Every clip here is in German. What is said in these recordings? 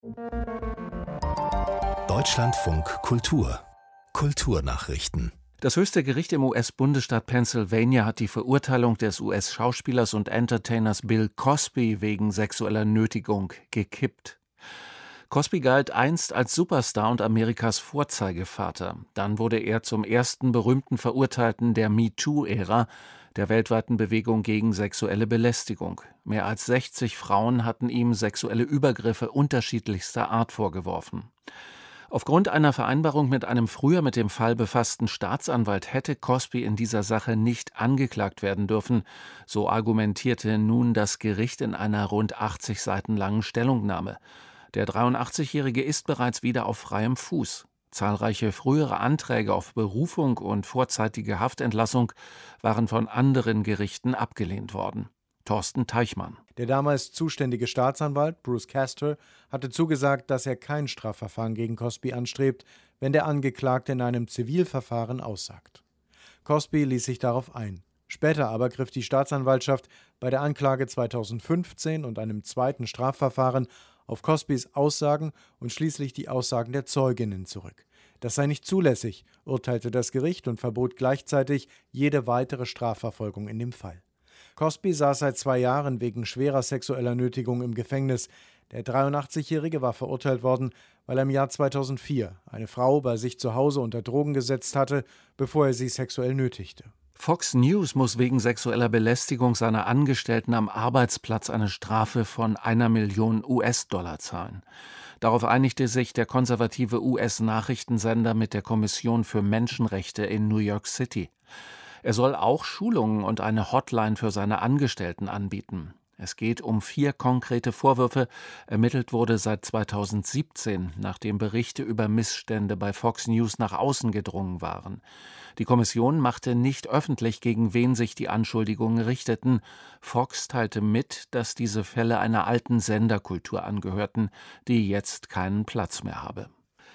Deutschlandfunk Kultur Kulturnachrichten. Das höchste Gericht im US-Bundesstaat Pennsylvania hat die Verurteilung des US-Schauspielers und Entertainers Bill Cosby wegen sexueller Nötigung gekippt. Cosby galt einst als Superstar und Amerikas Vorzeigevater. Dann wurde er zum ersten berühmten Verurteilten der MeToo-Ära, der weltweiten Bewegung gegen sexuelle Belästigung. Mehr als 60 Frauen hatten ihm sexuelle Übergriffe unterschiedlichster Art vorgeworfen. Aufgrund einer Vereinbarung mit einem früher mit dem Fall befassten Staatsanwalt hätte Cosby in dieser Sache nicht angeklagt werden dürfen, so argumentierte nun das Gericht in einer rund 80 Seiten langen Stellungnahme. Der 83-Jährige ist bereits wieder auf freiem Fuß. Zahlreiche frühere Anträge auf Berufung und vorzeitige Haftentlassung waren von anderen Gerichten abgelehnt worden. Thorsten Teichmann. Der damals zuständige Staatsanwalt Bruce Castor hatte zugesagt, dass er kein Strafverfahren gegen Cosby anstrebt, wenn der Angeklagte in einem Zivilverfahren aussagt. Cosby ließ sich darauf ein. Später aber griff die Staatsanwaltschaft bei der Anklage 2015 und einem zweiten Strafverfahren auf Cosbys Aussagen und schließlich die Aussagen der Zeuginnen zurück. Das sei nicht zulässig, urteilte das Gericht und verbot gleichzeitig jede weitere Strafverfolgung in dem Fall. Cosby saß seit 2 Jahren wegen schwerer sexueller Nötigung im Gefängnis. Der 83-Jährige war verurteilt worden, weil er im Jahr 2004 eine Frau bei sich zu Hause unter Drogen gesetzt hatte, bevor er sie sexuell nötigte. Fox News muss wegen sexueller Belästigung seiner Angestellten am Arbeitsplatz eine Strafe von 1 Million US-Dollar zahlen. Darauf einigte sich der konservative US-Nachrichtensender mit der Kommission für Menschenrechte in New York City. Er soll auch Schulungen und eine Hotline für seine Angestellten anbieten. Es geht um 4 konkrete Vorwürfe. Ermittelt wurde seit 2017, nachdem Berichte über Missstände bei Fox News nach außen gedrungen waren. Die Kommission machte nicht öffentlich, gegen wen sich die Anschuldigungen richteten. Fox teilte mit, dass diese Fälle einer alten Senderkultur angehörten, die jetzt keinen Platz mehr habe.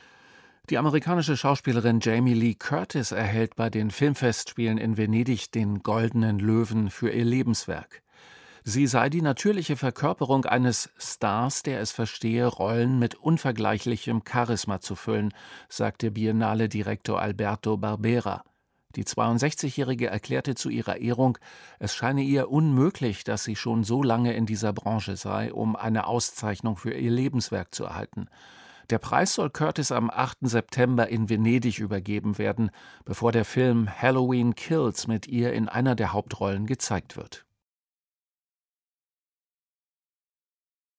Die amerikanische Schauspielerin Jamie Lee Curtis erhält bei den Filmfestspielen in Venedig den Goldenen Löwen für ihr Lebenswerk. Sie sei die natürliche Verkörperung eines Stars, der es verstehe, Rollen mit unvergleichlichem Charisma zu füllen, sagte Biennale-Direktor Alberto Barbera. Die 62-Jährige erklärte zu ihrer Ehrung, es scheine ihr unmöglich, dass sie schon so lange in dieser Branche sei, um eine Auszeichnung für ihr Lebenswerk zu erhalten. Der Preis soll Curtis am 8. September in Venedig übergeben werden, bevor der Film Halloween Kills mit ihr in einer der Hauptrollen gezeigt wird.